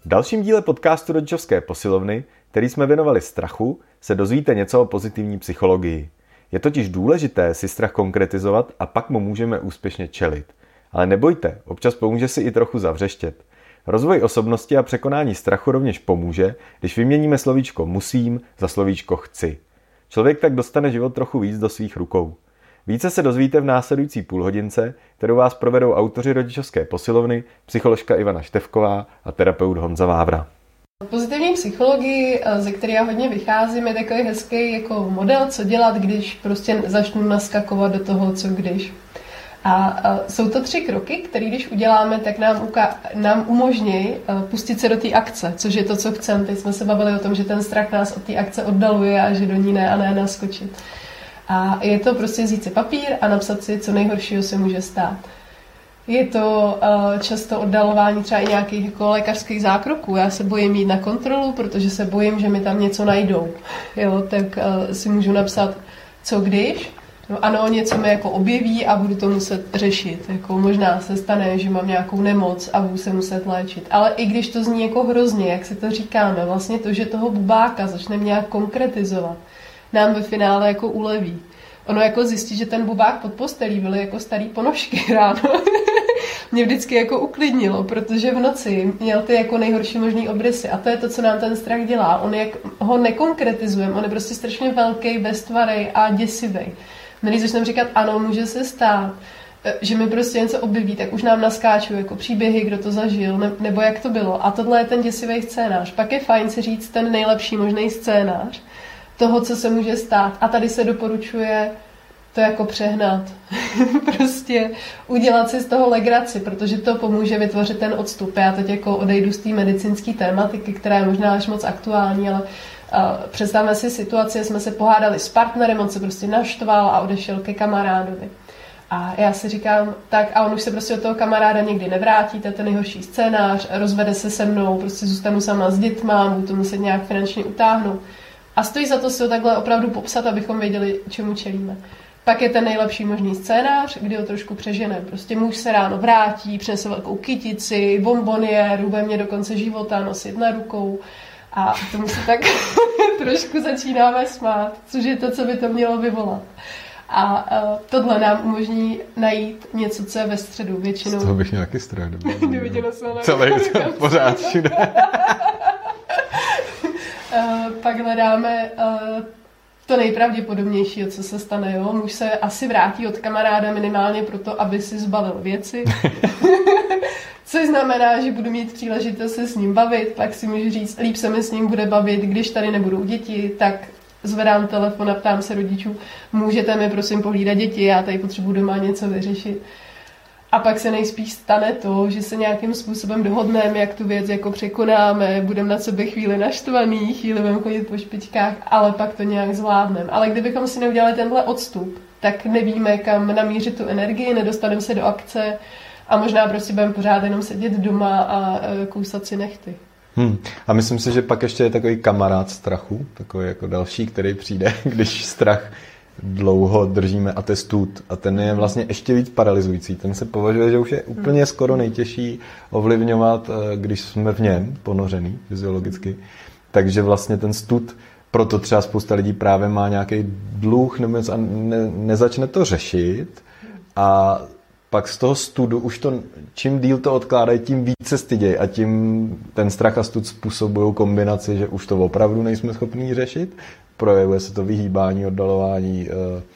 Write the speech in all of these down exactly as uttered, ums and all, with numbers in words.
V dalším díle podcastu Rodičovské posilovny, který jsme věnovali strachu, se dozvíte něco o pozitivní psychologii. Je totiž důležité si strach konkretizovat a pak mu můžeme úspěšně čelit. Ale nebojte, občas pomůže si i trochu zavřeštět. Rozvoj osobnosti a překonání strachu rovněž pomůže, když vyměníme slovíčko musím za slovíčko chci. Člověk tak dostane život trochu víc do svých rukou. Více se dozvíte v následující půlhodince, kterou vás provedou autoři Rodičovské posilovny, psycholožka Ivana Štefková a terapeut Honza Vávra. Pozitivní psychologii, ze které já hodně vycházím, je takový hezký jako model, co dělat, když prostě začnu naskakovat do toho, co když. A, a jsou to tři kroky, které když uděláme, tak nám, uka- nám umožní pustit se do té akce, což je to, co chceme. Teď jsme se bavili o tom, že ten strach nás od té akce oddaluje a že do ní ne a ne naskočit. A je to prostě vzít si papír a napsat si, co nejhoršího se může stát. Je to uh, často oddalování třeba i nějakých jako lékařských zákroků. Já se bojím jít na kontrolu, protože se bojím, že mi tam něco najdou. Jo, tak uh, si můžu napsat, co když. No, ano, něco mi jako objeví a budu to muset řešit. Jako možná se stane, že mám nějakou nemoc a budu se muset léčit. Ale i když to zní jako hrozně, jak si to říkáme, vlastně to, že toho bubáka začneme nějak konkretizovat, nám ve finále jako uleví. Ono jako zjistí, že ten bubák pod postelí byly jako starý ponožky ráno. Mě vždycky jako uklidnilo, protože v noci měl ty jako nejhorší možný obrysy. A to je to, co nám ten strach dělá. On jak ho nekonkretizujeme, on je prostě strašně velký, beztvarý a děsivý. Když začneme říkat, ano, může se stát, že mi prostě něco objeví, tak už nám naskáčou jako příběhy, kdo to zažil, ne, nebo jak to bylo. A tohle je ten děsivý scénář. Pak je fajn si říct ten nejlepší možný scénář toho, co se může stát. A tady se doporučuje to jako přehnat. Prostě udělat si z toho legraci, protože to pomůže vytvořit ten odstup. Já teď jako odejdu z té medicínské tématiky, která je možná až moc aktuální, ale uh, představme si situaci, jsme se pohádali s partnerem, on se prostě naštval a odešel ke kamarádovi. A já si říkám, tak a on už se prostě od toho kamaráda nikdy nevrátí, to je ten nejhorší scénář, rozvede se se mnou, prostě zůstanu sama s dětma, budu to muset nějak finančně utáhnout. A stojí za to si ho takhle opravdu popsat, abychom věděli, čemu čelíme. Pak je ten nejlepší možný scénář, kdy ho trošku přeženeme. Prostě muž se ráno vrátí, přinese velkou kytici, bonboniéru, bude mě do konce života nosit na rukou. A tomu se tak trošku začínáme smát, což je to, co by to mělo vyvolat. A, a tohle nám umožní najít něco, co je ve středu většinou. Z toho bych nějaký strach. Neviděla jsem ho na celý pořád všude. Uh, pak hledáme uh, to nejpravděpodobnější, co se stane. Jo? Muž se asi vrátí od kamaráda minimálně proto, aby si zbalil věci. Což znamená, že budu mít příležitost se s ním bavit. Pak si můžu říct, líp se mi s ním bude bavit, když tady nebudou děti, tak zvedám telefon a ptám se rodičů, můžete mi prosím pohlídat děti, já tady potřebuji doma něco vyřešit. A pak se nejspíš stane to, že se nějakým způsobem dohodneme, jak tu věc jako překonáme, budeme na sebe chvíli naštvaný, chvíli budeme chodit po špičkách, ale pak to nějak zvládneme. Ale kdybychom si neudělali tenhle odstup, tak nevíme, kam namířit tu energii, nedostaneme se do akce a možná prostě budeme pořád jenom sedět doma a kousat si nechty. Hmm. A myslím si, že pak ještě je takový kamarád strachu, takový jako další, který přijde, když strach dlouho držíme a testut a ten je vlastně ještě víc paralyzující. Ten se považuje, že už je úplně skoro nejtěžší ovlivňovat, když jsme v něm ponořený fyziologicky. Takže vlastně ten stud, proto třeba spousta lidí právě má nějaký dluh nebo a ne, nezačne to řešit a pak z toho studu už to, čím díl to odkládají, tím více stydějí a tím ten strach a stud způsobují kombinaci, že už to opravdu nejsme schopní řešit. Projevuje se to vyhýbání, oddalování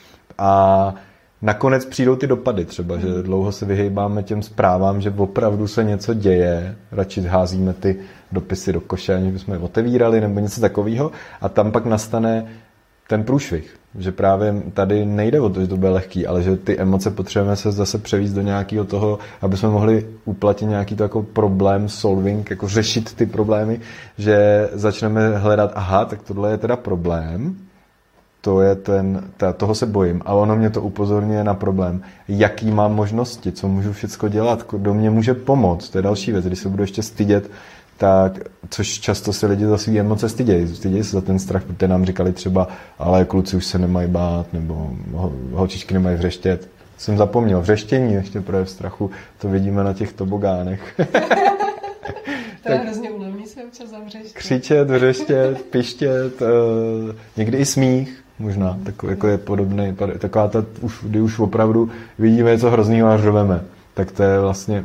a nakonec přijdou ty dopady třeba, že dlouho se vyhýbáme těm zprávám, že opravdu se něco děje, radši házíme ty dopisy do koše, aniž bychom je otevírali nebo něco takového a tam pak nastane ten průšvih, že právě tady nejde o to, že to bude lehký, ale že ty emoce potřebujeme se zase převízt do nějakého toho, aby jsme mohli uplatit nějaký to jako problém solving, jako řešit ty problémy, že začneme hledat, aha, tak tohle je teda problém, to je ten, ta, toho se bojím a ono mě to upozorňuje na problém. Jaký mám možnosti, co můžu všecko dělat, kdo mě může pomoct, to je další věc, když se budu ještě stydět, tak, což často se lidi za svý emoce stydějí. Stydějí se za ten strach, protože nám říkali třeba, ale kluci už se nemají bát, nebo ho, holčičky nemají vřeštět. Jsem zapomněl, vřeštění ještě projev strachu, to vidíme na těch tobogánech. To je hrozně úlevný občas zavřeštět. Křičet, vřeštět, pištět, uh, někdy i smích. Možná, takový, jako je podobný, taková ta, už, kdy už opravdu vidíme něco hroznýho a řveme. Tak to je vlastně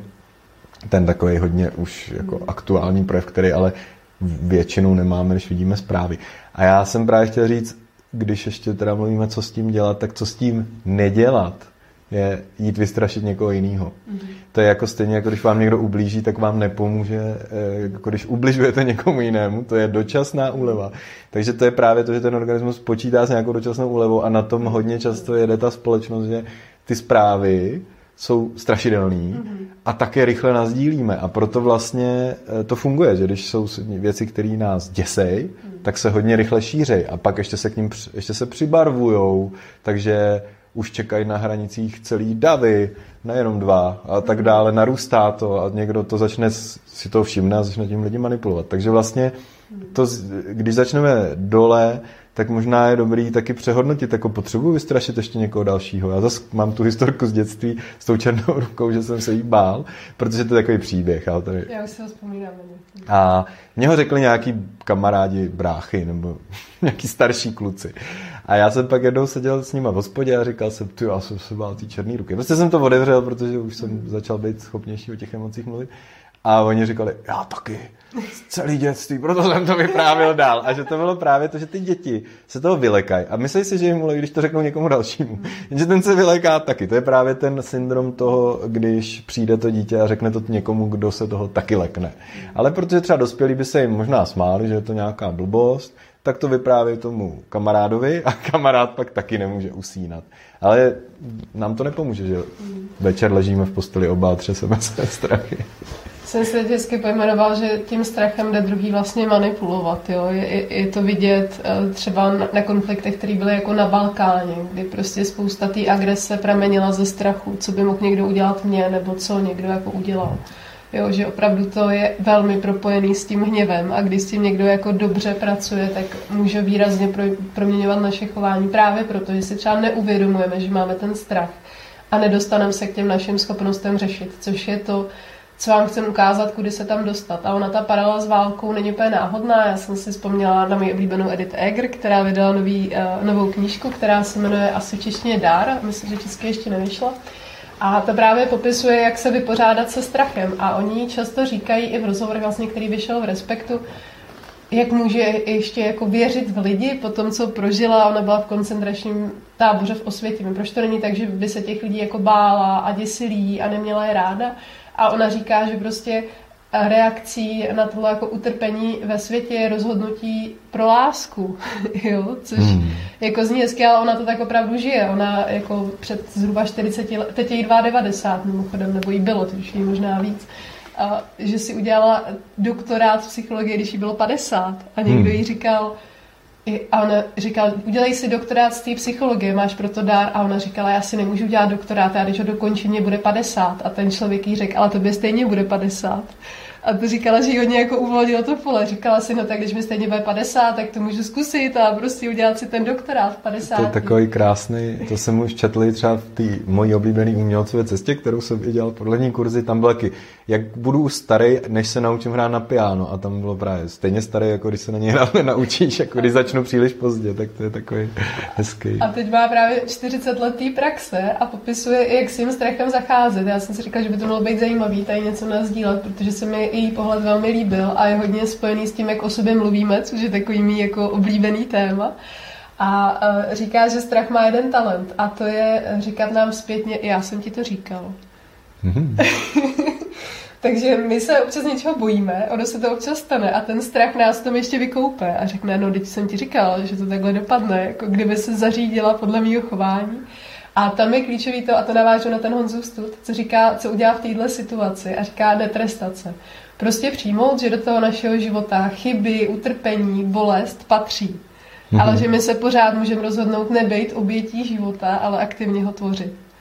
ten takový hodně už jako aktuální projev, který ale většinou nemáme, když vidíme zprávy. A já jsem právě chtěl říct, když ještě teda mluvíme, co s tím dělat, tak co s tím nedělat, je jít vystrašit někoho jiného. Mm-hmm. To je jako stejně, jako když vám někdo ublíží, tak vám nepomůže, jako když ubližujete někomu jinému, to je dočasná úleva. Takže to je právě to, že ten organismus počítá s nějakou dočasnou úlevou a na tom hodně často jede ta společnost, že ty zprávy jsou strašidelný mm-hmm. a také rychle nás dílíme. A proto vlastně to funguje, že když jsou věci, které nás děsej, mm. tak se hodně rychle šířej a pak ještě se k ním ještě se přibarvujou, takže už čekají na hranicích celý davy, nejenom dva a tak dále, narůstá to a někdo to začne si to všimne a začne tím lidi manipulovat. Takže vlastně to, když začneme dole, tak možná je dobrý taky přehodnotit, jako potřebuji vystrašit ještě někoho dalšího. Já zase mám tu historku z dětství s tou černou rukou, že jsem se jí bál, protože to je takový příběh. Já, tady... já už si ho vzpomínám. A mě ho řekli nějaký kamarádi, bráchy nebo nějaký starší kluci. A já jsem pak jednou seděl s nima v hospodě a říkal jsem, ty, já jsem se bál té černé ruky. Prostě jsem to otevřel, protože už jsem začal být schopnější o těch emocích mluvit. A oni říkali, já taky, celý dětství, proto jsem to vyprávěl dál. A že to bylo právě to, že ty děti se toho vylekají. A myslí si, že jim uleví, když to řeknou někomu dalšímu. Jenže ten se vyleká taky. To je právě ten syndrom toho, když přijde to dítě a řekne to někomu, kdo se toho taky lekne. Ale protože třeba dospělí by se jim možná smáli, že je to nějaká blbost, tak to vypráví tomu kamarádovi a kamarád pak taky nemůže usínat. Ale nám to nepomůže, že večer ležíme v posteli oba a třeseme své strachy. Jsem si vždycky pojmenoval, že tím strachem jde druhý vlastně manipulovat. Jo? Je, je to vidět třeba na, na konfliktech, které byly jako na Balkáně, kdy prostě spousta té agrese pramenila ze strachu, co by mohl někdo udělat mě, nebo co někdo jako udělal. Jo, že opravdu to je velmi propojený s tím hněvem a když s tím někdo jako dobře pracuje, tak může výrazně pro, proměňovat naše chování právě proto, že si třeba neuvědomujeme, že máme ten strach a nedostaneme se k těm našim schopnostem řešit, což je to, co vám chcem ukázat, kudy se tam dostat. A ona ta paralela s válkou není úplně náhodná. Já jsem si vzpomněla na moji oblíbenou Edith Eger, která vydala nový, uh, novou knížku, která se jmenuje asi češtině Dár. Myslím, že česky ještě nevyšla. A to právě popisuje, jak se vypořádat se strachem. A oni často říkají i v rozhovorech, vlastně, který vyšel v Respektu, jak může ještě jako věřit v lidi po tom, co prožila. Ona byla v koncentračním táboře v Osvětimi. Proč to není tak, že by se těch lidí jako bála a děsilí a neměla je ráda? A ona říká, že prostě reakcí na tohle jako utrpení ve světě je rozhodnutí pro lásku, jo, což hmm. jako zní hezky, ale ona to tak opravdu žije. Ona jako před zhruba čtyřiceti let, teď je jí devadesát dva mimochodem, nebo jí bylo, teď jí možná víc, a že si udělala doktorát v psychologii, když jí bylo padesát a někdo hmm. jí říkal, a ona říkala, udělej si doktorát z té psychologie, máš proto dár. A ona říkala, já si nemůžu dělat doktorát, já když ho dokončím, mě bude padesát. A ten člověk jí řekl, ale tobě stejně bude padesát. A to říkala, že jí hodně jako uvolnilo to pole. Říkala si, no tak když mi stejně bude padesát, tak to můžu zkusit a prostě udělat si ten doktorát v padesáti. To je takový krásný, to jsem už četl třeba v té mojí oblíbené umělcové cestě, kterou jsem i dělal podle kurzy, tam bylo taky, jak budu už starý, než se naučím hrát na piano. A tam bylo právě stejně starý, jako když se na něj hrát nenaučíš, jako když začnu příliš pozdě, tak to je takový hezký. A teď má právě čtyřicet let té praxe a popisuje, jak s tím strachem zacházet. Já jsem si říkala, že by to mělo být zajímavý tady něco nasdílet, protože se mi její pohled velmi líbil a je hodně spojený s tím, jak o sobě mluvíme, což je takový mý jako oblíbený téma. A uh, říká, že strach má jeden talent a to je říkat nám zpětně, já jsem ti to říkal. Mm-hmm. Takže my se občas něčeho bojíme, ono se to občas stane a ten strach nás tom ještě vykoupe a řekne, no teď jsem ti říkal, že to takhle dopadne, jako kdyby se zařídila podle mýho chování. A tam je klíčový to, a to navážu na ten Honzův stud, co říká, co udělá v této situaci a říká netrestat se. Prostě přijmout, že do toho našeho života chyby, utrpení, bolest patří. Mm-hmm. Ale že my se pořád můžeme rozhodnout nebejt obětí života, ale aktivně ho tvořit.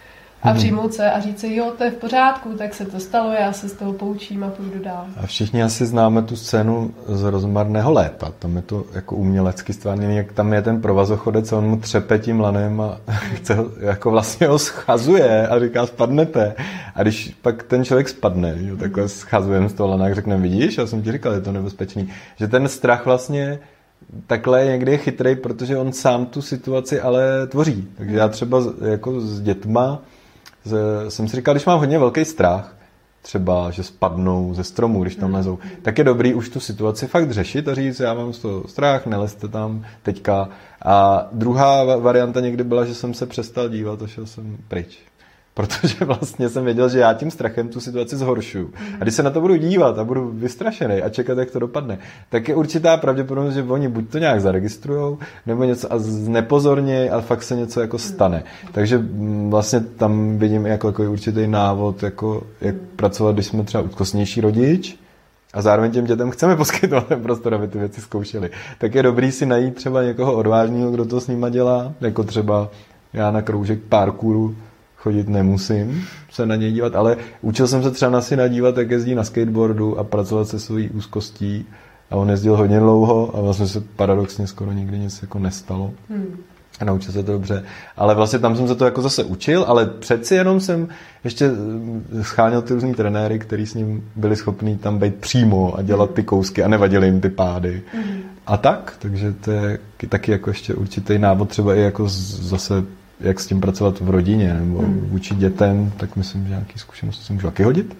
a přijmout se a říct si, jo, to je v pořádku, tak se to stalo, já se z toho poučím a půjdu dál. A všichni asi známe tu scénu z Rozmarného léta. Tam je to jako umělecky stvárněný, jak tam je ten provazochodec a on mu třepe tím lanem a chce ho, jako vlastně ho schazuje a říká, spadnete. A když pak ten člověk spadne, jo, takhle schazujeme z toho lana, jak řekne, vidíš, já jsem ti říkal, je to nebezpečný. Že ten strach vlastně takhle někdy je chytrej, protože on sám tu situaci ale tvoří. Takže já třeba jako s dětma z, jsem si říkal, když mám hodně velký strach, třeba, že spadnou ze stromu, když tam lezou, tak je dobrý už tu situaci fakt řešit a říct, já mám z toho strach, nelezte tam teďka. A druhá varianta někdy byla, že jsem se přestal dívat a šel jsem pryč. Protože vlastně jsem věděl, že já tím strachem tu situaci zhoršuju. A když se na to budu dívat a budu vystrašený a čekat, jak to dopadne, tak je určitá pravděpodobnost, že oni buď to nějak zaregistrujou, nebo něco a znepozorněj a fakt se něco jako stane. Takže vlastně tam vidím jako, jako určitý návod, jako jak pracovat, když jsme třeba úzkostnější rodič a zároveň těm dětem chceme poskytovat ten prostor, aby ty věci zkoušeli. Tak je dobrý si najít třeba někoho odvážného, kdo to s nima dělá, jako třeba já na kroužek parkouru chodit nemusím se na něj dívat, ale učil jsem se třeba na syna dívat, jak jezdí na skateboardu a pracovat se svojí úzkostí a on jezdil hodně dlouho a vlastně se paradoxně skoro nikdy nic jako nestalo. Hmm. A naučil se to dobře. Ale vlastně tam jsem se to jako zase učil, ale přeci jenom jsem ještě scháněl ty různý trenéry, který s ním byli schopní tam být přímo a dělat ty kousky a nevadily jim ty pády. Hmm. A tak, takže to je taky jako ještě určitý návod třeba i jako zase jak s tím pracovat v rodině nebo hmm. vůči dětem, tak myslím, že nějaké zkušenosti se můžu taky hodit.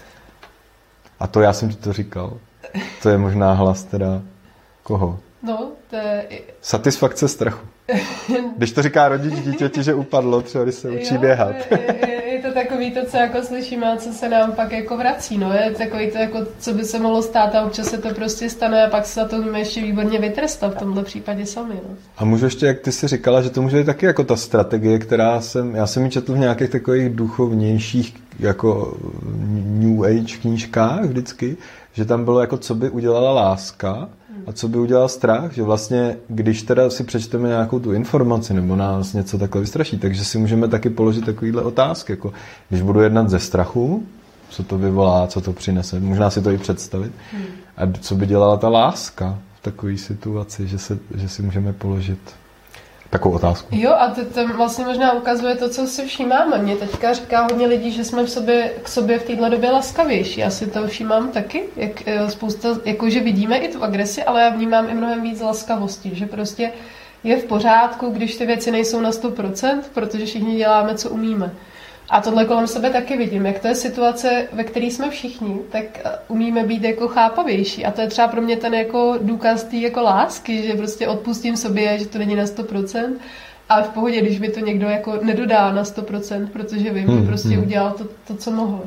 A to já jsem ti to říkal. To je možná hlas teda koho? No, to je... Satisfakce strachu. Když to říká rodič dítěti, že upadlo, třeba když se učí jo, běhat. je, je, je to takový to, co jako slyšíme a co se nám pak jako vrací. No. Je takový to, jako, co by se mohlo stát a občas se to prostě stane a pak se za to umíme ještě výborně vytrestat v tomhle případě sami. No. A můžu ještě, jak ty jsi říkala, že to může být taky jako ta strategie, která jsem, já jsem ji četl v nějakých takových duchovnějších jako New Age knížkách vždycky, že tam bylo jako, co by udělala láska a co by udělal strach, že vlastně, když teda si přečteme nějakou tu informaci nebo nás něco takhle vystraší, takže si můžeme taky položit takovýhle otázky, jako když budu jednat ze strachu, co to vyvolá, co to přinese, možná si to i představit, hmm. a co by dělala ta láska v takové situaci, že, se, že si můžeme položit takovou otázku. Jo, a to, to vlastně možná ukazuje to, co si všímáme. Mně teďka říká hodně lidí, že jsme v sobě, k sobě v téhle době laskavější. Já si to všímám taky, jak spousta, jako že vidíme i tu agresi, ale já vnímám i mnohem víc laskavosti, že prostě je v pořádku, když ty věci nejsou na sto procent, protože všichni děláme, co umíme. A tohle kolem sebe taky vidím, jak to je situace, ve které jsme všichni, tak umíme být jako chápavější. A to je třeba pro mě ten jako důkaz té jako lásky, že prostě odpustím sobě, že to není na sto procent, ale v pohodě, když mi to někdo jako nedodá na sto procent, protože vím, hmm, že prostě hmm. udělal to, to, co mohl.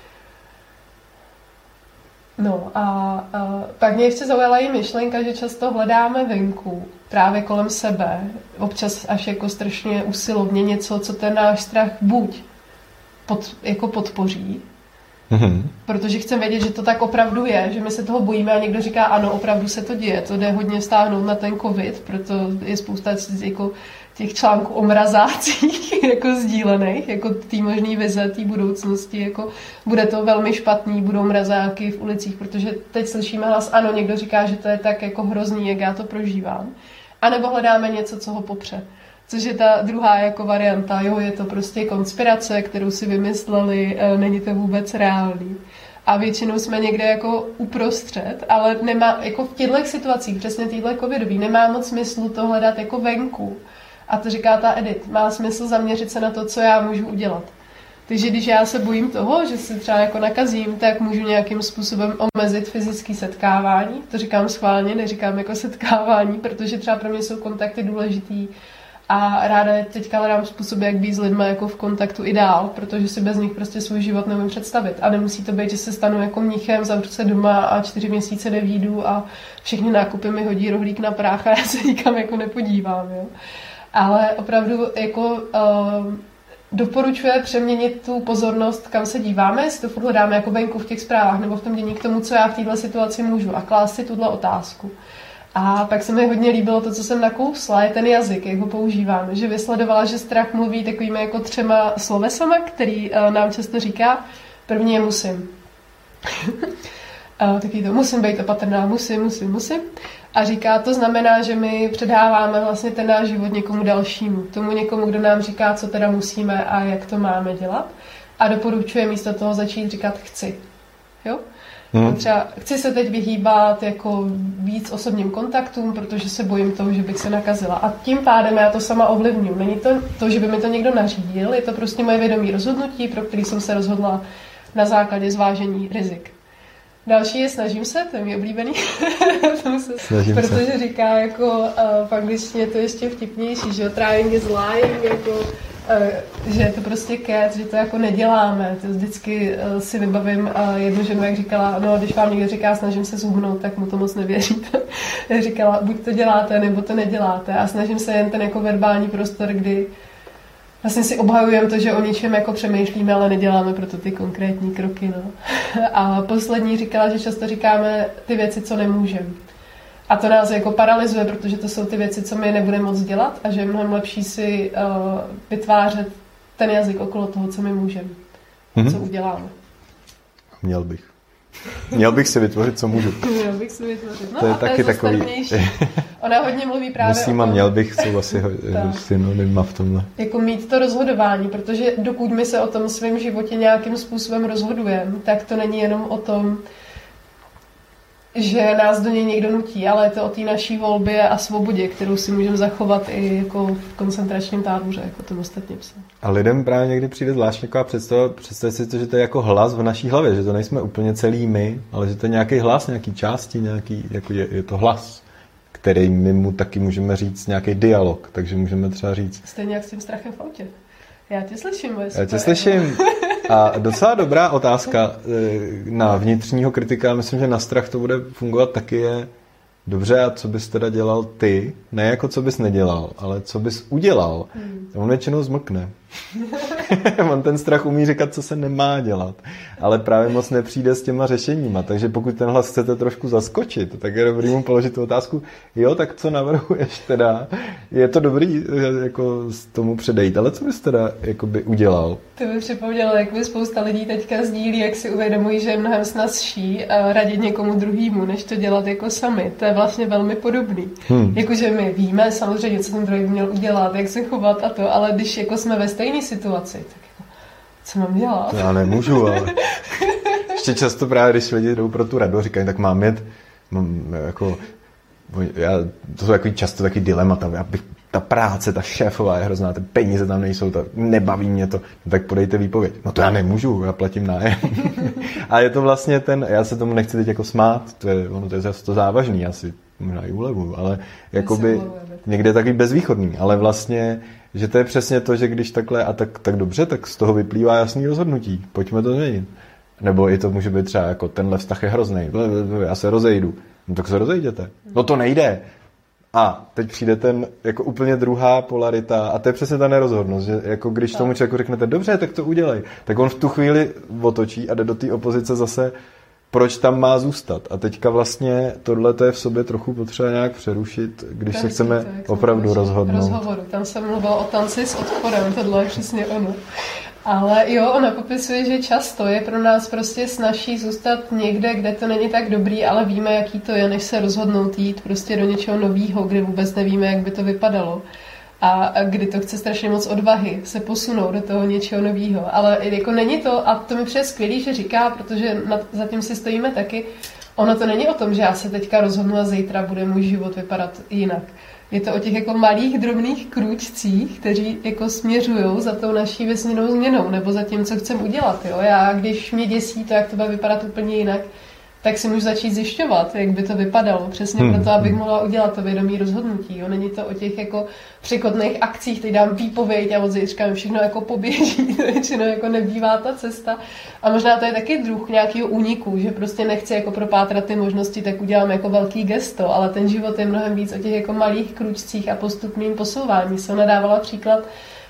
No a, a pak mě ještě zaujala i myšlenka, že často hledáme venku, právě kolem sebe, občas až jako strašně usilovně něco, co ten náš strach buď Pod, jako podpoří, mm-hmm. protože chcem vědět, že to tak opravdu je, že my se toho bojíme a někdo říká, ano, opravdu se to děje, to jde hodně stáhnout na ten covid, proto je spousta jako těch článků o mrazácích jako sdílených, jako tý možný vize, tý budoucnosti, jako bude to velmi špatný, budou mrazáky v ulicích, protože teď slyšíme hlas, ano, někdo říká, že to je tak jako hrozný, jak já to prožívám, a nebo hledáme něco, co ho popře. Což je ta druhá jako varianta, jo, je to prostě konspirace, kterou si vymysleli, není to vůbec reálný. A většinou jsme někde jako uprostřed, ale nemá, jako v těchto situacích, přesně téhle covidový, nemá moc smyslu to hledat jako venku. A to říká ta Edith, má smysl zaměřit se na to, co já můžu udělat. Takže když já se bojím toho, že se třeba jako nakazím, tak můžu nějakým způsobem omezit fyzické setkávání. To říkám schválně, neříkám jako setkávání, protože třeba pro mě jsou kontakty důležitý. A ráda teďka hledám způsoby, jak být s lidmi jako v kontaktu i dál, protože si bez nich prostě svůj život nemůžu představit. A nemusí to být, že se stanu jako mnichem, zavřu se doma a čtyři měsíce nevídu a všechny nákupy mi hodí rohlík na práh a já se nikam jako nepodívám. Jo. Ale opravdu jako uh, doporučuje přeměnit tu pozornost, kam se díváme, jestli to furt hledáme jako venku v těch zprávách nebo v tom dění k tomu, co já v této situaci můžu a klást si tuhle otázku. A pak se mi hodně líbilo to, co jsem nakousla, je ten jazyk, jak ho používáme. Že vysledovala, že strach mluví takovými jako třema slovesama, který uh, nám často říká. První je musím. uh, taky to musím být opatrná, musím, musím, musím. A říká, to znamená, že my předáváme vlastně ten náš život někomu dalšímu. Tomu někomu, kdo nám říká, co teda musíme a jak to máme dělat. A doporučuje místo toho začít říkat chci. Jo? Hmm. Třeba chci se teď vyhýbat jako víc osobním kontaktům, protože se bojím toho, že bych se nakazila. A tím pádem já to sama ovlivňuji. Není to to, že by mi to někdo nařídil, je to prostě moje vědomí rozhodnutí, pro který jsem se rozhodla na základě zvážení rizik. Další je snažím se, to je mi oblíbený, se, protože se. Říká jako, uh, v angličtině to ještě vtipnější, že trying is lying, jako, uh, že je to prostě cat, že to jako neděláme. To vždycky uh, si vybavím uh, jednu ženu, jak říkala, no když vám někdo říká snažím se zhubnout, tak mu to moc nevěříte. Říkala, buď to děláte, nebo to neděláte. A snažím se jen ten jako verbální prostor, kdy vlastně si obhajujeme to, že o něčem jako přemýšlíme, ale neděláme proto ty konkrétní kroky. No. A poslední říkala, že často říkáme ty věci, co nemůžeme. A to nás jako paralyzuje, protože to jsou ty věci, co my nebudeme moc dělat a že je mnohem lepší si uh, vytvářet ten jazyk okolo toho, co my můžeme, mm-hmm. co uděláme. Měl bych. Měl bych si vytvořit, co můžu. Měl bych si vytvořit. No to je a taky to je takový. Ona hodně mluví právě Musím o tom. A měl bych, jsou asi synonyma v tomhle. Jako mít to rozhodování, protože dokud my se o tom svém životě nějakým způsobem rozhodujeme, tak to není jenom o tom, že nás do něj někdo nutí, ale je to o té naší volbě a svobodě, kterou si můžeme zachovat i jako v koncentračním táboře, jako to ostatně psal. A lidem právě někdy přijde zvláštně taková představa, představit si to, že to je jako hlas v naší hlavě, že to nejsme úplně celý my, ale že to je nějaký hlas, nějaký části, nějaký, jako je, je to hlas, který my mu taky můžeme říct nějaký dialog, takže můžeme třeba říct. Stejně jak s tím strachem v autě. Já tě slyším, moje Já tě slyším. A docela dobrá otázka na vnitřního kritika, myslím, že na strach to bude fungovat taky je, dobře, a co bys teda dělal ty? Ne jako co bys nedělal, ale co bys udělal. Hmm. On většinou zmlkne. On ten strach umí říkat, co se nemá dělat. Ale právě moc nepřijde s těma řešeníma. Takže pokud ten hlas chcete trošku zaskočit, tak je dobrý mu položit tu otázku, jo, tak co navrhuješ teda? Je to dobrý jako tomu předejít, ale co bys teda jakoby udělal? To by připomnělo, jak by spousta lidí teďka sdílí, jak si uvědomují, že je mnohem snazší radit někomu druhému, než to dělat jako sami. To je vlastně velmi podobný. Hmm. Jakože my víme samozřejmě, co ten druhý měl udělat, jak se chovat a to, ale když jako jsme ve stejné situaci, tak jako, co mám dělat? To já nemůžu, ale ještě často právě, když lidi jdou pro tu radu, říkají, tak mám jet, mám jako, já, to jsou takový často taky dilemata, já bych, ta práce, ta šéfová je hrozná, ty peníze tam nejsou, to nebaví mě to, no tak podejte výpověď. No to já nemůžu, já platím nájem. A je to vlastně ten, já se tomu nechci teď jako smát, to je, ono to je zase to závažný, já si možná i ulevu, ale jakoby někde taky bezvýchodný, ale vlastně, že to je přesně to, že když takhle a tak, tak dobře, tak z toho vyplývá jasný rozhodnutí, pojďme to změnit. Nebo i to může být třeba jako tenhle vztah je hrozný, já se rozejdu, no tak se rozejděte. No to nejde. A teď přijde ten jako úplně druhá polarita a to je přesně ta nerozhodnost, že jako když tak. Tomu člověku řeknete, dobře, tak to udělej, tak on v tu chvíli otočí a jde do té opozice zase, proč tam má zůstat. A teďka vlastně tohle je v sobě trochu potřeba nějak přerušit, když se chceme to, opravdu rozhodnout. Rozhovoru. Tam jsem mluvila o tanci s odporem, tohle je přesně ono. Ale jo, ona popisuje, že často je pro nás prostě snazší zůstat někde, kde to není tak dobrý, ale víme, jaký to je, než se rozhodnout jít prostě do něčeho nového, kde vůbec nevíme, jak by to vypadalo. A kdy to chce strašně moc odvahy se posunout do toho něčeho nového. Ale jako není to, a to mi přijde skvělý, že říká, protože nad, zatím si stojíme taky, ono to není o tom, že já se teďka rozhodnu a zítra bude můj život vypadat jinak. Je to o těch jako malých, drobných krůčcích, kteří jako směřují za tou naší vesmírnou změnou, nebo za tím, co chcem udělat. Jo? Já, když mě děsí to, jak to bude vypadat úplně jinak, tak si můžu začít zjišťovat, jak by to vypadalo. Přesně hmm. proto, abych mohla udělat to vědomí rozhodnutí. Jo? Není to o těch jako překotných akcích, teď dám výpověď a od zítřka mi všechno jako poběží. To většinou jako nebývá ta cesta. A možná to je taky druh nějakého úniku, že prostě nechci jako propátrat ty možnosti, tak udělám jako velký gesto, ale ten život je mnohem víc o těch jako malých kručcích a postupným posouvání. Se nadávala příklad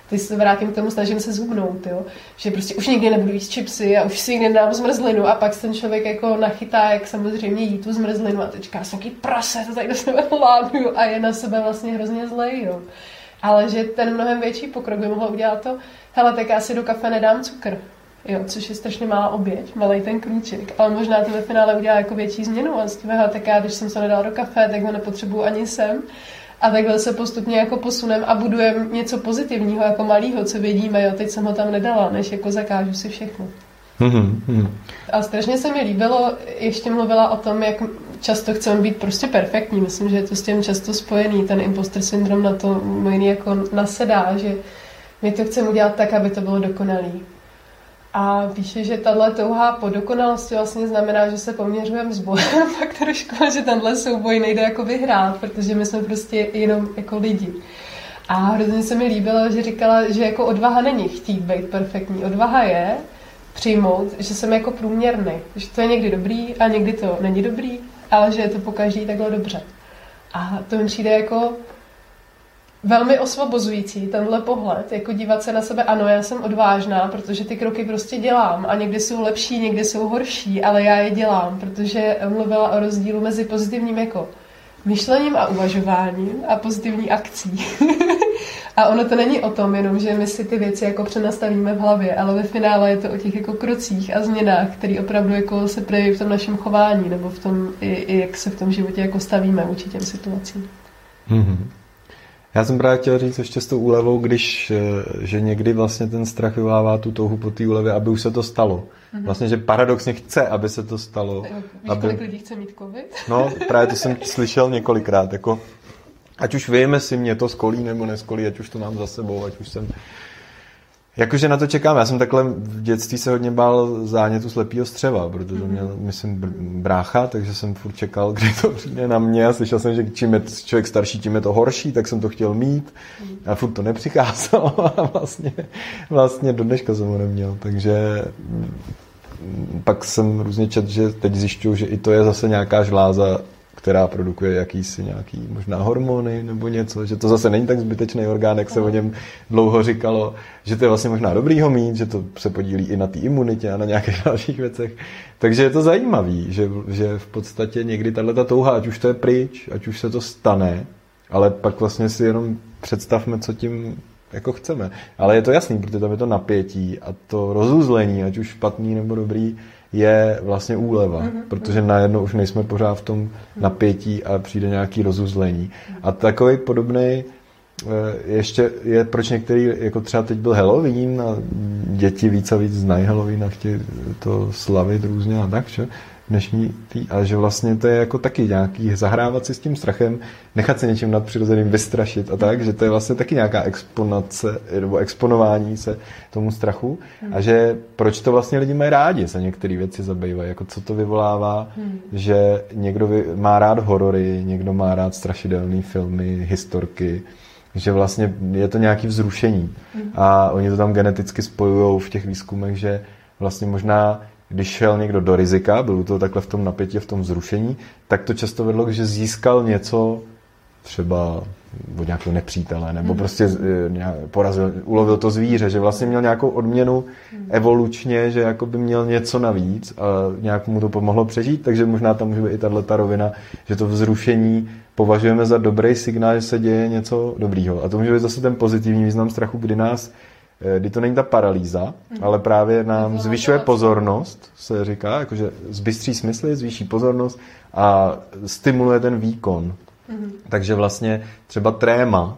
Teď se vrátím k tomu, snažím se zhubnout, jo? Že prostě už nikdy nebudu jíst chipsy a už si nikdy nedám zmrzlinu a pak ten člověk jako nachytá, jak samozřejmě jí tu zmrzlinu a teďka jsem taký prase, to tady do sebe vládnu a je na sebe vlastně hrozně zlej, jo. Ale že ten mnohem větší pokrok by mohlo udělat to, hele, tak já si do kafe nedám cukr, jo, což je strašně malá oběť, malej ten krůček, ale možná to ve finále udělá jako větší změnu a s tím, hele, tak já, když jsem se nedala do kafe, tak ho nepotřebuju ani sem. A takhle se postupně jako posunem a budujeme něco pozitivního, jako malýho, co vidíme, jo, teď jsem ho tam nedala, než jako zakážu si všechno. Mm-hmm. A strašně se mi líbilo, ještě mluvila o tom, jak často chceme být prostě perfektní. Myslím, že je to s tím často spojený, ten imposter syndrom na to jiný jako nasedá, že my to chceme udělat tak, aby to bylo dokonalý. A píše, že tahle touha po dokonalosti vlastně znamená, že se poměřujeme s Bohem, tak trošku, že tenhle souboj nejde jako vyhrát, protože my jsme prostě jenom jako lidi. A hrozně se mi líbilo, že říkala, že jako odvaha není chtít být perfektní. Odvaha je přijmout, že jsem jako průměrný, že to je někdy dobrý a někdy to není dobrý, ale že je to po každý takhle dobře. A to mi přijde jako velmi osvobozující, tenhle pohled, jako dívat se na sebe, ano, já jsem odvážná, protože ty kroky prostě dělám a někdy jsou lepší, někdy jsou horší, ale já je dělám, protože mluvila o rozdílu mezi pozitivním jako myšlením a uvažováním a pozitivní akcí. A ono to není o tom jenom, že my si ty věci jako přenastavíme v hlavě, ale ve finále je to o těch jako krocích a změnách, které opravdu jako se projeví v tom našem chování nebo v tom, i, i jak se v tom životě jako stavíme vůči těm situacím. Mm-hmm. Já jsem právě chtěl říct ještě s tou úlevou, když, že někdy vlastně ten strach vyvolává tu touhu po té úlevě, aby už se to stalo. Mm-hmm. Vlastně, že paradoxně chce, aby se to stalo. Víš, aby... kolik lidí chce mít covid? No, právě to jsem slyšel několikrát, jako ať už víme si mě to skolí nebo neskolí, ať už to mám za sebou, ať už jsem... Jakože na to čekám. Já jsem takhle v dětství se hodně bál zánětu slepýho střeva, protože mm-hmm. měl, myslím, brácha, takže jsem furt čekal, kdy to přijde na mě a slyšel jsem, že čím je člověk starší, tím je to horší, tak jsem to chtěl mít a furt to nepřicházelo a vlastně, vlastně do dneška jsem ho neměl, takže pak jsem různě četl, že teď zjišťuju, že i to je zase nějaká žláza, která produkuje jakýsi nějaký možná hormony nebo něco, že to zase není tak zbytečný orgán, jak se o něm dlouho říkalo, že to je vlastně možná dobrý ho mít, že to se podílí i na té imunitě a na nějakých dalších věcech. Takže je to zajímavý, že, že v podstatě někdy tato touha, ať už to je pryč, ať už se to stane, ale pak vlastně si jenom představme, co tím jako chceme. Ale je to jasný, protože tam je to napětí a to rozuzlení, ať už špatný nebo dobrý, je vlastně úleva, mm-hmm. protože najednou už nejsme pořád v tom napětí a přijde nějaký rozuzlení. A takový podobný ještě je, proč některý, jako třeba teď byl Halloween a děti víc a víc znají Halloween a chtějí to slavit různě a tak, že? Dnešní tý, a že vlastně to je jako taky nějaký zahrávat si s tím strachem, nechat se něčím nadpřirozeným vystrašit a tak, že to je vlastně taky nějaká exponace nebo exponování se tomu strachu hmm. a že proč to vlastně lidi mají rádi, se některé věci zabývají, jako co to vyvolává, hmm. že někdo má rád horory, někdo má rád strašidelné filmy, historky, že vlastně je to nějaké vzrušení hmm. a oni to tam geneticky spojujou v těch výzkumech, že vlastně možná když šel někdo do rizika, byl to takhle v tom napětí, v tom vzrušení, tak to často vedlo, že získal něco, třeba od nějakého nepřítele, nebo mm. prostě porazil, ulovil to zvíře, že vlastně měl nějakou odměnu mm. evolučně, že jako by měl něco navíc a nějak mu to pomohlo přežít, takže možná tam může být i tato rovina, že to vzrušení považujeme za dobrý signál, že se děje něco dobrýho. A to může být zase ten pozitivní význam strachu, kdy nás kdy to není ta paralýza, mm. ale právě nám zvyšuje pozornost, se říká, jakože zbystří smysly, zvýší pozornost a stimuluje ten výkon. Mm. Takže vlastně třeba tréma,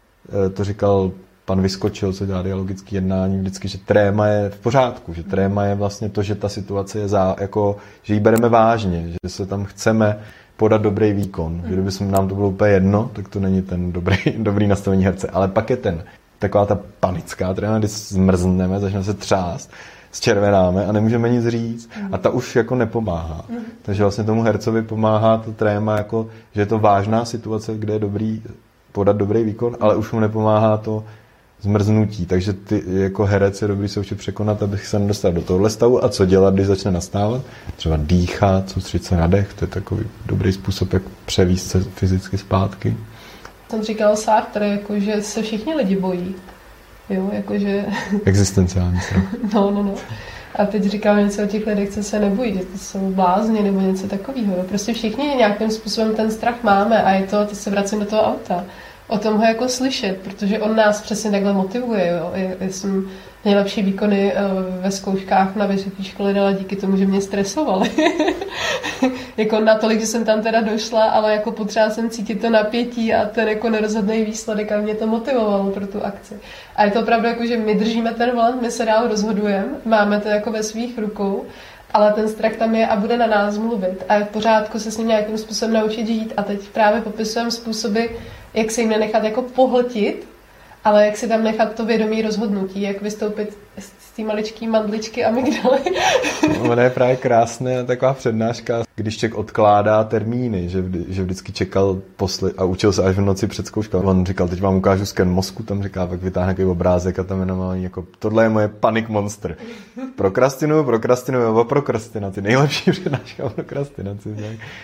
to říkal pan Vyskočil, co dělá dialogické jednání, vždycky, že tréma je v pořádku, že tréma je vlastně to, že ta situace je za, jako, že ji bereme vážně, že se tam chceme podat dobrý výkon. Mm. Kdyby nám to bylo úplně jedno, tak to není ten dobrý, dobrý nastavení herce, ale pak je ten taková ta panická tréma, kdy zmrzneme, začneme se třást, zčervenáme a nemůžeme nic říct. Mm. A ta už jako nepomáhá. Mm. Takže vlastně tomu hercovi pomáhá ta tréma, jako, že je to vážná situace, kde je dobrý podat dobrý výkon, ale už mu nepomáhá to zmrznutí. Takže ty jako herec je dobrý se učit překonat, abych se nedostal do tohohle stavu. A co dělat, když začne nastávat? Třeba dýchat, soustředit se na dech, to je takový dobrý způsob, jak převíst se fyzicky zpátky. Tam říkal Sartre, jako, že se všichni lidi bojí. Jo, jakože... Existenciální strach. no, no, no. A teď říkám něco o těch lidech, co se nebojí, že to jsou blázni nebo něco takového. Prostě všichni nějakým způsobem ten strach máme a je to, teď se vracím do toho auta, o tom ho jako slyšet, protože on nás přesně takhle motivuje. Jo. Já jsem nejlepší výkony ve zkouškách na vysoké škole dala díky tomu, že mě stresovali. Jako natolik, že jsem tam teda došla, ale jako potřeba jsem cítit to napětí a ten jako nerozhodný výsledek a mě to motivovalo pro tu akci. A je to opravdu jako, že my držíme ten volant, my se dál rozhodujeme, máme to jako ve svých rukou, ale ten strach tam je a bude na nás mluvit a je v pořádku se s ním nějakým způsobem naučit žít a teď právě popisujeme způsoby, jak se jim nenechat jako pohltit, ale jak si tam nechat to vědomí rozhodnutí, jak vystoupit z té maličký mandličky amygdaly. No, ono je právě krásná taková přednáška, když člověk odkládá termíny, že, vždy, že vždycky čekal posle, a učil se až v noci před zkouškou. On říkal, teď vám ukážu sken mozku, tam říká, pak vytáhne takový obrázek a tam je namalený jako, tohle je moje panic monster. Prokrastinuju, prokrastinuju, o prokrastinaci. Nejlepší přednáška o prokrastinaci.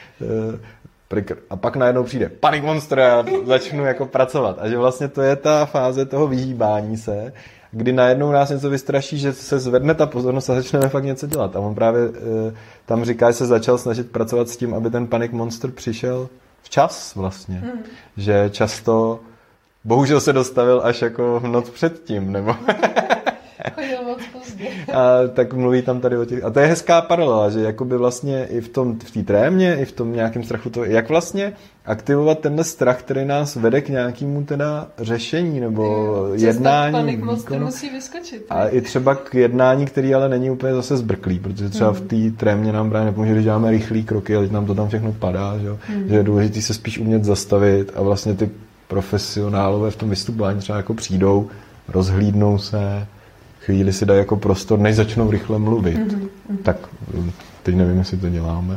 A pak najednou přijde panic monster a začnu jako pracovat. A že vlastně to je ta fáze toho vyhýbání se, kdy najednou nás něco vystraší, že se zvedne ta pozornost a začneme fakt něco dělat. A on právě e, tam říká, že se začal snažit pracovat s tím, aby ten panic monster přišel včas vlastně. Mm. Že často, bohužel se dostavil až jako v noc předtím, nebo... Chodil moc pozdě. A tak mluví tam tady o těch... A to je hezká paralela, že jakoby vlastně i v tom, v té trémě, i v tom nějakém strachu to... Jak vlastně aktivovat tenhle strach, který nás vede k nějakému teda řešení nebo jo, jednání. Panic monster musí vyskočit. A i třeba k jednání, který ale není úplně zase zbrklý, protože třeba hmm. v té trémě nám právě nepomůže, když děláme rychlý kroky, ale nám to tam všechno padá, že, hmm. že je důležité se spíš umět zastavit a vlastně ty profesionálové v tom vystupování třeba jako přijdou, rozhlídnou se, chvíli si dají jako prostor, než začnou rychle mluvit. Mm-hmm. Tak teď nevím, jestli to děláme.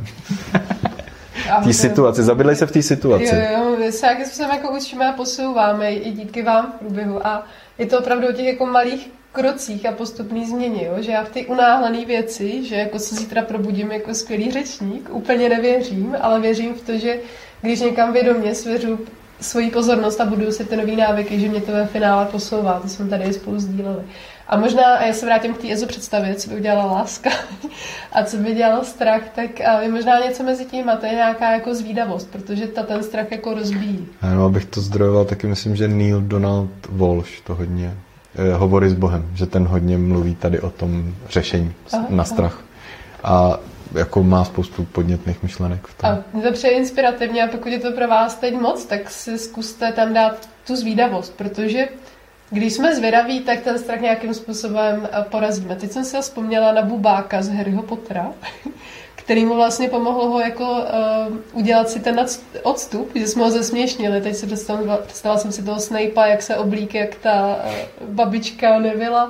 V té situaci, zabydlej se v té situaci. Jo, jo, my se jakým způsobem jako učíme a posouváme i díky vám v průběhu. A je to opravdu o těch jako malých krocích a postupný změně, jo? Že já v té unáhlené věci, že jako se zítra probudím jako skvělý řečník, úplně nevěřím, ale věřím v to, že když někam vědomě svěřu svoji pozornost a buduju si ty nový návyky, že mě to ve finále posouvá. To jsme tady spolu sdíleli. A možná, a já se vrátím k té EZO představě, co by udělala láska a co by dělal strach, tak je možná něco mezi tím a to je nějaká jako zvídavost, protože ta ten strach jako rozbíjí. Ano, abych to zdrojoval, taky myslím, že Neil Donald Walsh to hodně eh, hovorí s Bohem, že ten hodně mluví tady o tom řešení aha, na strach. Aha. A jako má spoustu podnětných myšlenek v tom. A to přeje inspirativně a pokud je to pro vás teď moc, tak si zkuste tam dát tu zvídavost, protože když jsme zvědaví, tak ten strach nějakým způsobem porazíme. Teď jsem si vzpomněla na bubáka z Harryho Pottera, který mu vlastně pomohlo ho jako uh, udělat si ten odstup, že jsme ho zesměšnili. Teď si představila, představila jsem si toho Snape'a, jak se oblík, jak ta uh, babička Nevilla,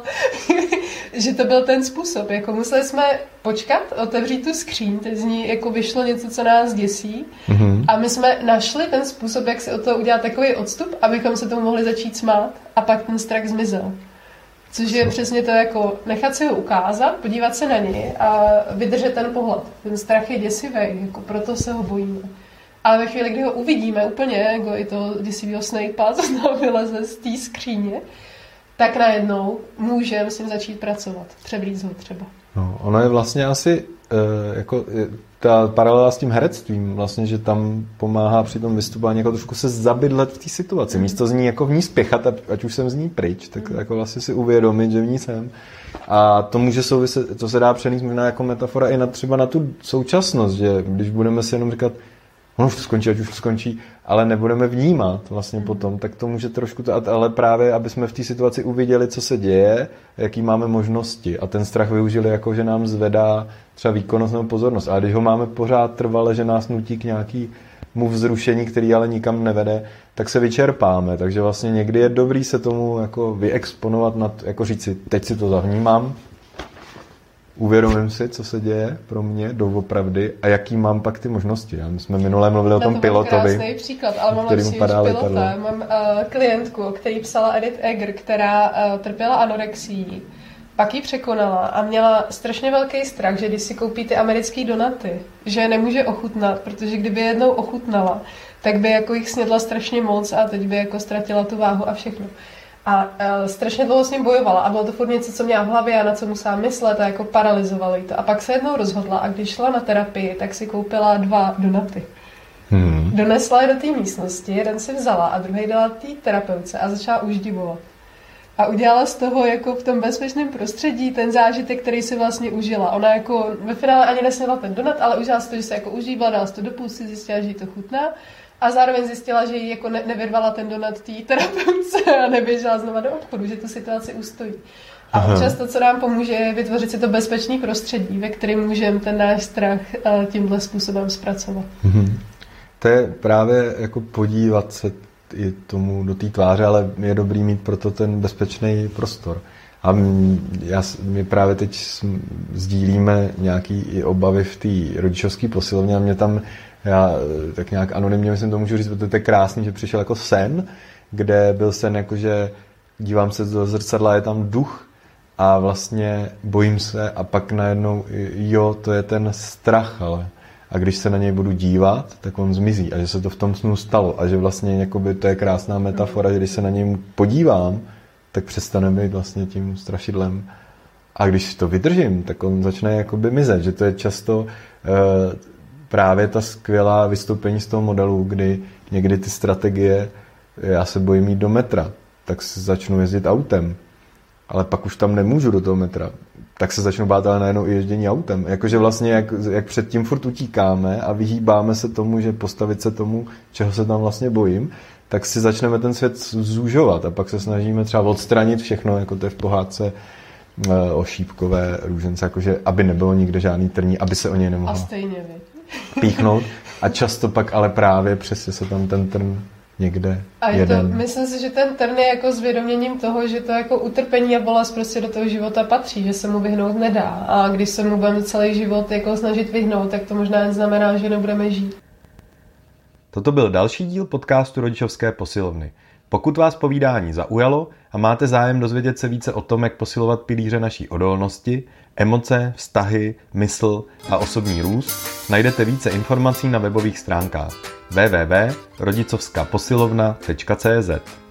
že to byl ten způsob. Jako museli jsme počkat, otevřít tu skříň, teď z ní jako vyšlo něco, co nás děsí mm-hmm. a my jsme našli ten způsob, jak si od toho udělat takový odstup, abychom se tomu mohli začít smát a pak ten strach zmizel. Což je přesně to jako nechat si ho ukázat, podívat se na něj a vydržet ten pohled. Ten strach je děsivý, jako proto se ho bojíme. Ale ve chvíli, kdy ho uvidíme úplně, jako i toho děsivého Snape'a, co tam vyleze z té skříně, tak najednou můžeme s ním začít pracovat. Převlíct ho třeba. No, ono je vlastně asi uh, jako ta paralela s tím herectvím, vlastně, že tam pomáhá při tom vystupování jako trošku se zabydlet v té situaci. Místo z ní jako v ní spěchat, ať už jsem z ní pryč, tak jako vlastně si uvědomit, že v ní jsem. A to může souviset, to se dá přenést možná jako metafora i na, třeba na tu současnost, že když budeme si jenom říkat, ono už to skončí, ať už to skončí, ale nebudeme vnímat vlastně potom, tak to může trošku, to, ale právě, aby jsme v té situaci uviděli, co se děje, jaký máme možnosti a ten strach využili jako, že nám zvedá třeba výkonnost nebo pozornost. A když ho máme pořád trvale, že nás nutí k nějakému vzrušení, který ale nikam nevede, tak se vyčerpáme. Takže vlastně někdy je dobrý se tomu jako vyexponovat, nad, jako říct si, teď si to zavnímám, uvědomím si, co se děje pro mě doopravdy a jaký mám pak ty možnosti. My jsme minule mluvili na o tom to pilotovi. Krásný příklad, ale mám lepší pilota. Letadlo. Mám uh, klientku, o který psala Edith Eger, která uh, trpěla anorexií. Pak ji překonala a měla strašně velký strach, že když si koupí ty americký donaty, že nemůže ochutnat, protože kdyby jednou ochutnala, tak by jako jich snědla strašně moc a teď by jako ztratila tu váhu a všechno. A uh, strašně dlouho s ním bojovala a bylo to furt něco, co měla v hlavě a na co musela myslet a jako paralyzovalo jí to. A pak se jednou rozhodla a když šla na terapii, tak si koupila dva donaty. Hmm. Donesla je do té místnosti, jeden si vzala a druhý dala té terapeutce a začala uždivovat. A udělala z toho jako v tom bezpečném prostředí ten zážitek, který si vlastně užila. Ona jako ve finále ani nesněla ten donat, ale užila si to, že se jako užívala, dala si to do pusy, zjistila, že jí to chutná. A zároveň zjistila, že jí jako ne- nevyrvala ten donat té terapeutce a neběžela znova do obchodu, že tu situaci ustojí. A Aha. občas to, co nám pomůže, je vytvořit si to bezpečné prostředí, ve kterém můžeme ten náš strach tímhle způsobem zpracovat. Mhm. To je právě jako podívat se i tomu do té tváře, ale je dobrý mít proto ten bezpečný prostor. A já, my právě teď sdílíme nějaký i obavy v té rodičovské posilovně a mě tam, já tak nějak anonymně myslím to můžu říct, protože to je krásný, že přišel jako sen, kde byl sen jako, že dívám se do zrcadla, je tam duch a vlastně bojím se a pak najednou, jo, to je ten strach, ale a když se na něj budu dívat, tak on zmizí a že se to v tom snu stalo a že vlastně jakoby, to je krásná metafora, že když se na něj podívám, tak přestane být vlastně tím strašidlem. A když to vydržím, tak on začne jakoby mizet, že to je často e, právě ta skvělá vystoupení z toho modelu, kdy někdy ty strategie, já se bojím jít do metra, tak se začnu jezdit autem, ale pak už tam nemůžu do toho metra, tak se začnu bát ale najednou i ježdění autem. Jakože vlastně jak, jak předtím furt utíkáme a vyhýbáme se tomu, že postavit se tomu, čeho se tam vlastně bojím, tak si začneme ten svět zúžovat a pak se snažíme třeba odstranit všechno, jako to je v pohádce e, o šípkové růžence, jakože aby nebylo nikde žádný trní, aby se o něj nemohlo a stejně, píchnout. A často pak ale právě přesně se tam ten trn někde a je jeden. To, myslím si, že ten trn je jako zvědoměním toho, že to jako utrpení a bolest prostě do toho života patří, že se mu vyhnout nedá. A když se mu budeme celý život jako snažit vyhnout, tak to možná jen znamená, že nebudeme žít. Toto byl další díl podcastu Rodičovské posilovny. Pokud vás povídání zaujalo a máte zájem dozvědět se více o tom, jak posilovat pilíře naší odolnosti, emoce, vztahy, mysl a osobní růst, najdete více informací na webových stránkách w w w tečka rodicovskaposilovna tečka c z.